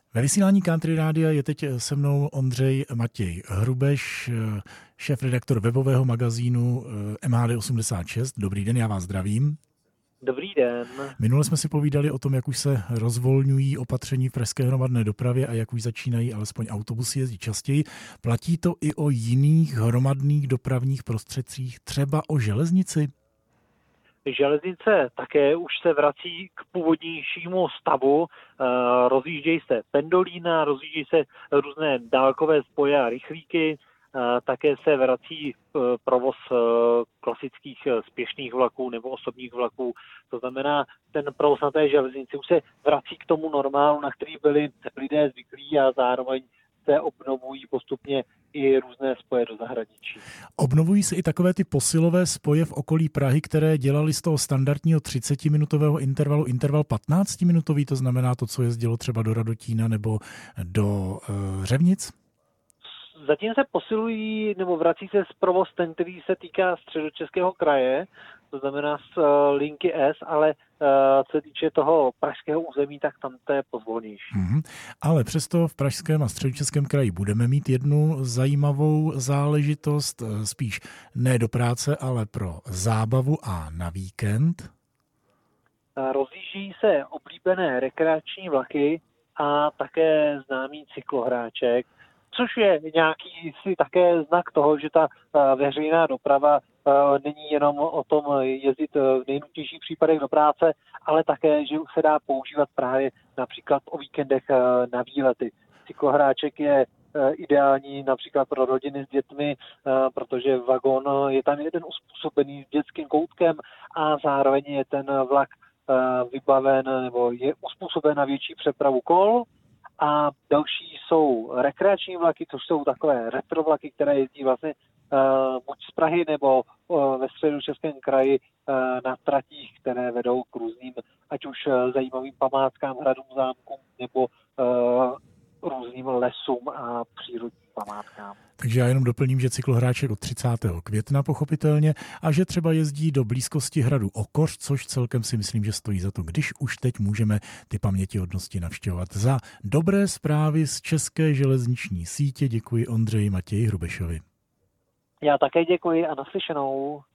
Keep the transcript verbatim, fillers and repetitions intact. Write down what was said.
Ve vysílání Country Rádia je teď se mnou Ondřej Matěj Hrubeš, šéfredaktor webového magazínu M H D osmdesát šest. Dobrý den, já vás zdravím. Dobrý den. Minule jsme si povídali o tom, jak už se rozvolňují opatření v pražské hromadné dopravě a jak už začínají alespoň autobusy jezdit častěji. Platí to i o jiných hromadných dopravních prostředcích, třeba o železnici? Železnice také už se vrací k původnějšímu stavu. Rozjíždějí se pendolína, rozjíždějí se různé dálkové spoje a rychlíky. Také se vrací provoz klasických spěšných vlaků nebo osobních vlaků. To znamená, ten provoz na té železnici už se vrací k tomu normálu, na který byli lidé zvyklí, a zároveň se obnovují postupně i různé spoje do zahraničí. Obnovují se i takové ty posilové spoje v okolí Prahy, které dělali z toho standardního třicetiminutového intervalu interval patnáctiminutový, to znamená to, co jezdilo třeba do Radotína nebo do uh, Řevnic? Zatím se posilují nebo vrací se z provoz ten, který se týká Středočeského kraje, to znamená z linky S, ale co se týče toho pražského území, tak tam to je pozvolnější. Mm-hmm. Ale přesto v pražském a Středočeském kraji budeme mít jednu zajímavou záležitost, spíš ne do práce, ale pro zábavu a na víkend. Rozjíždějí se oblíbené rekreační vlaky a také známý cyklohráček, což je nějaký si také znak toho, že ta veřejná doprava není jenom o tom jezdit v nejnutnějších případech do práce, ale také, že se dá používat právě například o víkendech na výlety. Cyklohráček je ideální například pro rodiny s dětmi, protože vagon je tam jeden uspůsobený s dětským koutkem a zároveň je ten vlak vybaven nebo je uspůsoben na větší přepravu kol. A další jsou rekreační vlaky, což jsou takové retro vlaky, které jezdí vlastně uh, buď z Prahy nebo uh, ve Středočeském kraji uh, na tratích, které vedou k různým, ať už uh, zajímavým památkám, hradům, zámkům nebo uh, různým lesům a přírodním památkám. Takže já jenom doplním, že cyklohráček od třicátého května pochopitelně a že třeba jezdí do blízkosti hradu Okoř, což celkem si myslím, že stojí za to, když už teď můžeme ty pamětihodnosti navštěvovat. Za dobré zprávy z české železniční sítě děkuji Ondřeji Matěji Hrubešovi. Já také děkuji a naslyšenou.